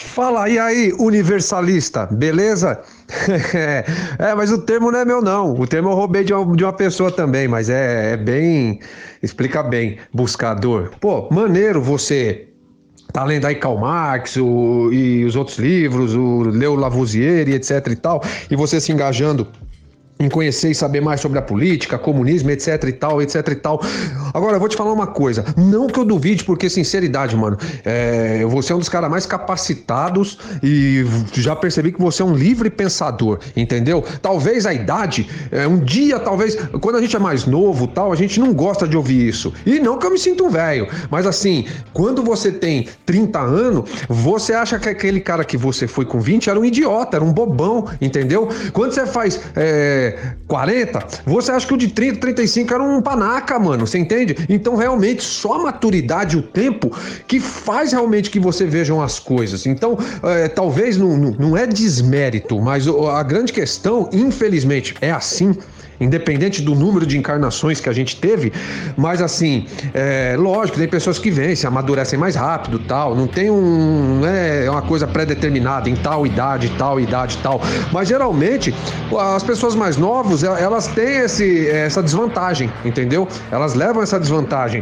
Fala, e aí, universalista, beleza? Mas o termo não é meu, não. O termo eu roubei de uma pessoa também, mas é bem. Explica bem, buscador. Pô, maneiro você tá lendo aí Karl Marx e os outros livros, leu Lavoisier e etc e tal, e você se engajando em conhecer e saber mais sobre a política, comunismo, etc e tal, etc e tal. Agora, eu vou te falar uma coisa, não que eu duvide, porque sinceridade, mano, você é um dos caras mais capacitados e já percebi que você é um livre pensador, entendeu? Talvez a idade, um dia, talvez, quando a gente é mais novo, tal, a gente não gosta de ouvir isso. E não que eu me sinta um velho, mas assim, quando você tem 30 anos, você acha que aquele cara que você foi com 20 era um idiota, era um bobão, entendeu? Quando você faz 40, você acha que o de 30, 35 era um panaca, mano, você entende? Então realmente só a maturidade e o tempo que faz realmente que você vejam as coisas. Então talvez não é desmérito, mas a grande questão, infelizmente, é assim, independente do número de encarnações que a gente teve, mas assim, lógico, tem pessoas que vencem, amadurecem mais rápido, tal, não tem uma coisa pré-determinada em tal idade, tal, mas geralmente as pessoas mais novas, elas têm essa desvantagem, entendeu? Elas levam essa desvantagem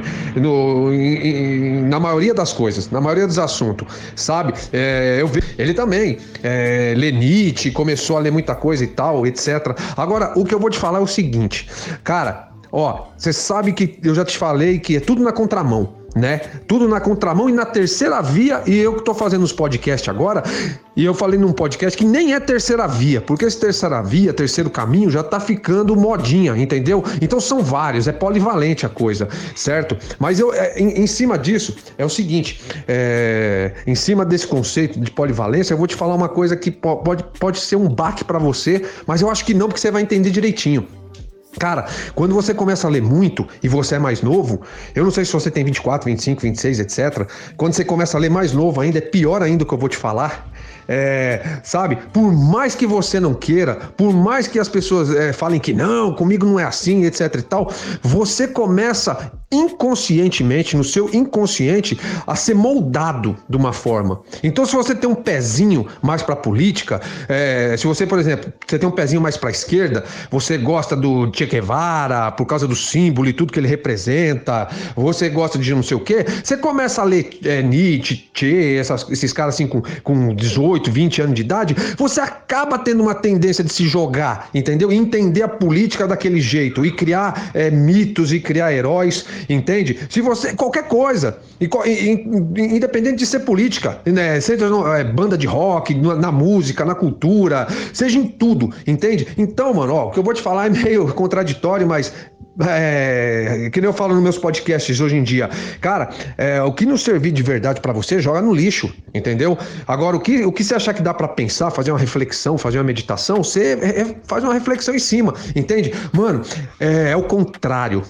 na maioria das coisas, na maioria dos assuntos, sabe? Eu vejo, ele também lê Nietzsche, começou a ler muita coisa e tal, etc. Agora, o que eu vou te falar é o seguinte, cara, você sabe que eu já te falei que é tudo na contramão, né? Tudo na contramão e na terceira via, e eu que tô fazendo os podcasts agora, e eu falei num podcast que nem é terceira via, porque esse terceira via, terceiro caminho, já tá ficando modinha, entendeu? Então são vários, é polivalente a coisa, certo? Mas em cima disso, é o seguinte, em cima desse conceito de polivalência, eu vou te falar uma coisa que pode ser um baque pra você, mas eu acho que não, porque você vai entender direitinho. Cara, quando você começa a ler muito e você é mais novo, eu não sei se você tem 24, 25, 26, etc. Quando você começa a ler mais novo ainda, é pior ainda o que eu vou te falar. Sabe, por mais que você não queira, por mais que as pessoas falem que não, comigo não é assim, etc e tal, você começa inconscientemente, no seu inconsciente, a ser moldado de uma forma. Então, se você tem um pezinho mais pra política, se você, por exemplo, você tem um pezinho mais pra esquerda, você gosta do Che Guevara, por causa do símbolo e tudo que ele representa, você gosta de não sei o quê, você começa a ler Nietzsche, Che, esses caras assim com 18, 20 anos de idade, você acaba tendo uma tendência de se jogar, entendeu? E entender a política daquele jeito, e criar mitos, e criar heróis, entende? Se você, qualquer coisa, independente de ser política, né? Seja banda de rock, na música, na cultura, seja em tudo, entende? Então, mano, o que eu vou te falar é meio contraditório, mas que nem eu falo nos meus podcasts hoje em dia, cara, o que não servir de verdade pra você, joga no lixo, entendeu? Agora, o que você achar que dá pra pensar, fazer uma reflexão, fazer uma meditação, você faz uma reflexão em cima, entende? Mano, é o contrário.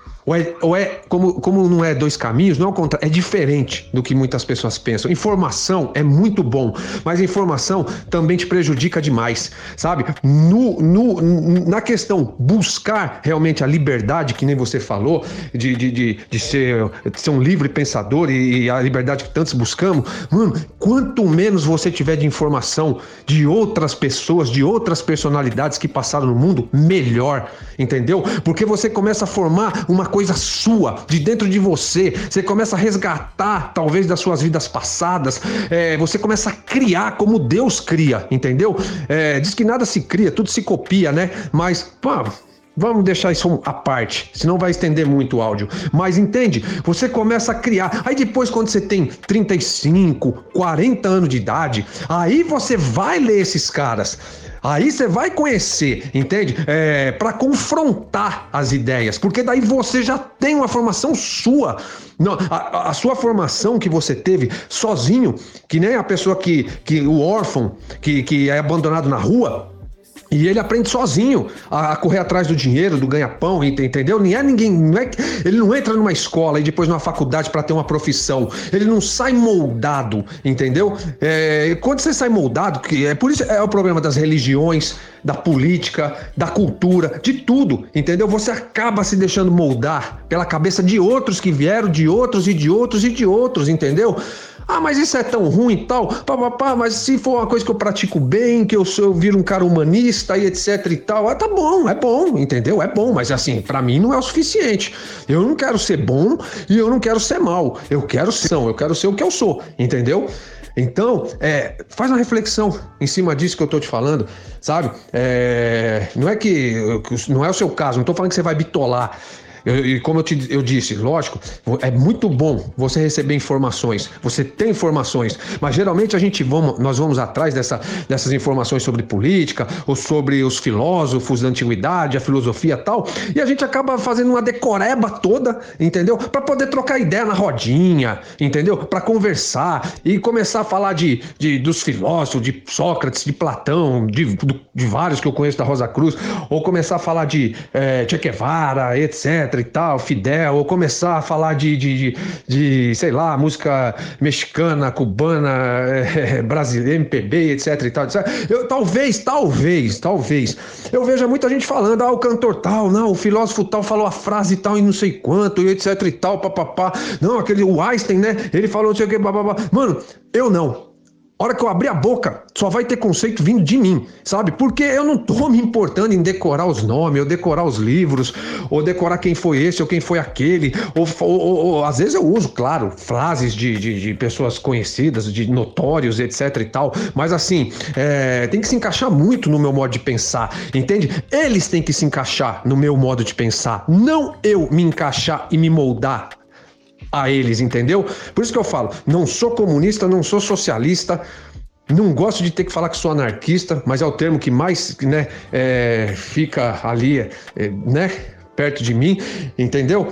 Como não é dois caminhos, não é o contrário, é diferente do que muitas pessoas pensam. Informação é muito bom, mas a informação também te prejudica demais, sabe? Na questão buscar realmente a liberdade, que nem você falou, de ser um livre pensador e a liberdade que tantos buscamos, mano, quanto menos você tiver de informação de outras pessoas, de outras personalidades que passaram no mundo, melhor, entendeu? Porque você começa a formar uma coisa sua, de dentro de você, você começa a resgatar, talvez, das suas vidas passadas, você começa a criar como Deus cria, entendeu? Diz que nada se cria, tudo se copia, né? Mas, pô, vamos deixar isso à parte, senão vai estender muito o áudio. Mas entende? Você começa a criar. Aí depois, quando você tem 35, 40 anos de idade, aí você vai ler esses caras. Aí você vai conhecer, entende? Para confrontar as ideias, porque daí você já tem uma formação sua. Não, a sua formação que você teve sozinho, que nem a pessoa o órfão, que é abandonado na rua, e ele aprende sozinho a correr atrás do dinheiro, do ganha-pão, entendeu? Ele não entra numa escola e depois numa faculdade para ter uma profissão. Ele não sai moldado, entendeu? Quando você sai moldado, por isso é o problema das religiões, da política, da cultura, de tudo, entendeu? Você acaba se deixando moldar pela cabeça de outros que vieram, de outros e de outros e de outros, entendeu? Ah, mas isso é tão ruim e tal, papapá, mas se for uma coisa que eu pratico bem, que eu viro um cara humanista e etc e tal, tá bom, entendeu? É bom, mas assim, pra mim não é o suficiente. Eu não quero ser bom e eu não quero ser mal. Eu quero ser o que eu sou, entendeu? Então, faz uma reflexão em cima disso que eu tô te falando, sabe? Não é o seu caso, não tô falando que você vai bitolar. E como eu disse, lógico, é muito bom você receber informações, você tem informações, mas geralmente nós vamos atrás dessas informações sobre política ou sobre os filósofos da antiguidade, a filosofia e tal, e a gente acaba fazendo uma decoreba toda, entendeu? Para poder trocar ideia na rodinha, entendeu? Para conversar e começar a falar dos filósofos, de Sócrates, de Platão, de vários que eu conheço da Rosa Cruz, ou começar a falar de Che Guevara, etc. e tal, Fidel, ou começar a falar de sei lá, música mexicana, cubana, brasileira, MPB, etc e tal, etc. Talvez, eu veja muita gente falando, o cantor tal, não, o filósofo tal falou a frase tal e não sei quanto, e etc e tal, papapá. Não, o Einstein, né, ele falou não sei o que, papapá. Mano, eu não. A hora que eu abrir a boca, só vai ter conceito vindo de mim, sabe? Porque eu não tô me importando em decorar os nomes, ou decorar os livros, ou decorar quem foi esse ou quem foi aquele, ou às vezes eu uso, claro, frases de pessoas conhecidas, de notórios, etc e tal, mas assim, tem que se encaixar muito no meu modo de pensar, entende? Eles têm que se encaixar no meu modo de pensar, não eu me encaixar e me moldar a eles, entendeu? Por isso que eu falo, não sou comunista, não sou socialista, não gosto de ter que falar que sou anarquista, mas é o termo que mais, né, fica ali, né, perto de mim, entendeu?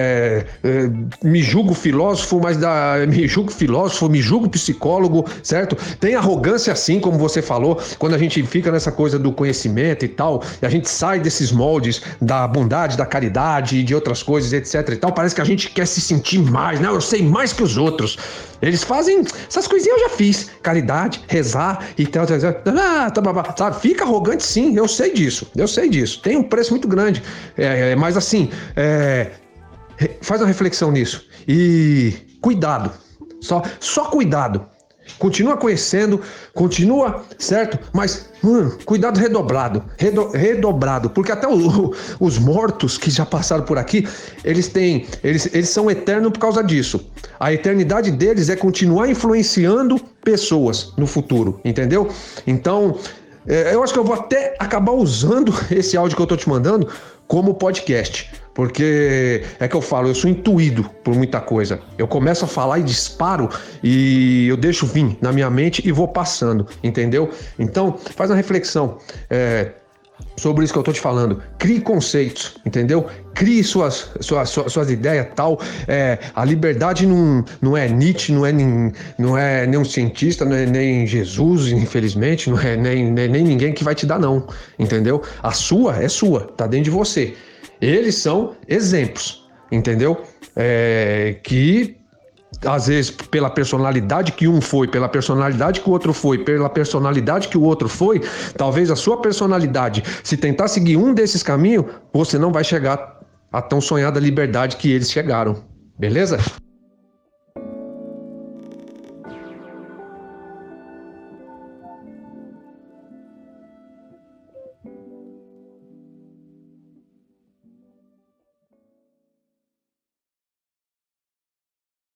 Me julgo filósofo, me julgo psicólogo, certo? Tem arrogância assim, como você falou, quando a gente fica nessa coisa do conhecimento e tal, e a gente sai desses moldes da bondade, da caridade e de outras coisas, etc e tal, parece que a gente quer se sentir mais, né? Eu sei mais que os outros. Eles fazem essas coisinhas, eu já fiz, caridade, rezar e tal, sabe? Fica arrogante sim, eu sei disso, tem um preço muito grande, mas assim, faz uma reflexão nisso e cuidado, só cuidado. Continua conhecendo, continua, certo? Mas, cuidado redobrado, porque até os mortos que já passaram por aqui, eles são eternos por causa disso. A eternidade deles é continuar influenciando pessoas no futuro, entendeu? Então, eu acho que eu vou até acabar usando esse áudio que eu tô te mandando como podcast, porque é que eu falo, eu sou intuído por muita coisa. Eu começo a falar e disparo e eu deixo vir na minha mente e vou passando, entendeu? Então, faz uma reflexão sobre isso que eu tô te falando. Crie conceitos, entendeu? Crie suas ideias, tal. A liberdade não é Nietzsche, não é nenhum cientista, não é nem Jesus, infelizmente, não é nem ninguém que vai te dar, não, entendeu? A sua é sua, tá dentro de você. Eles são exemplos, entendeu? Que às vezes pela personalidade que um foi, pela personalidade que o outro foi, pela personalidade que o outro foi, talvez a sua personalidade, se tentar seguir um desses caminhos, você não vai chegar à tão sonhada liberdade que eles chegaram, beleza?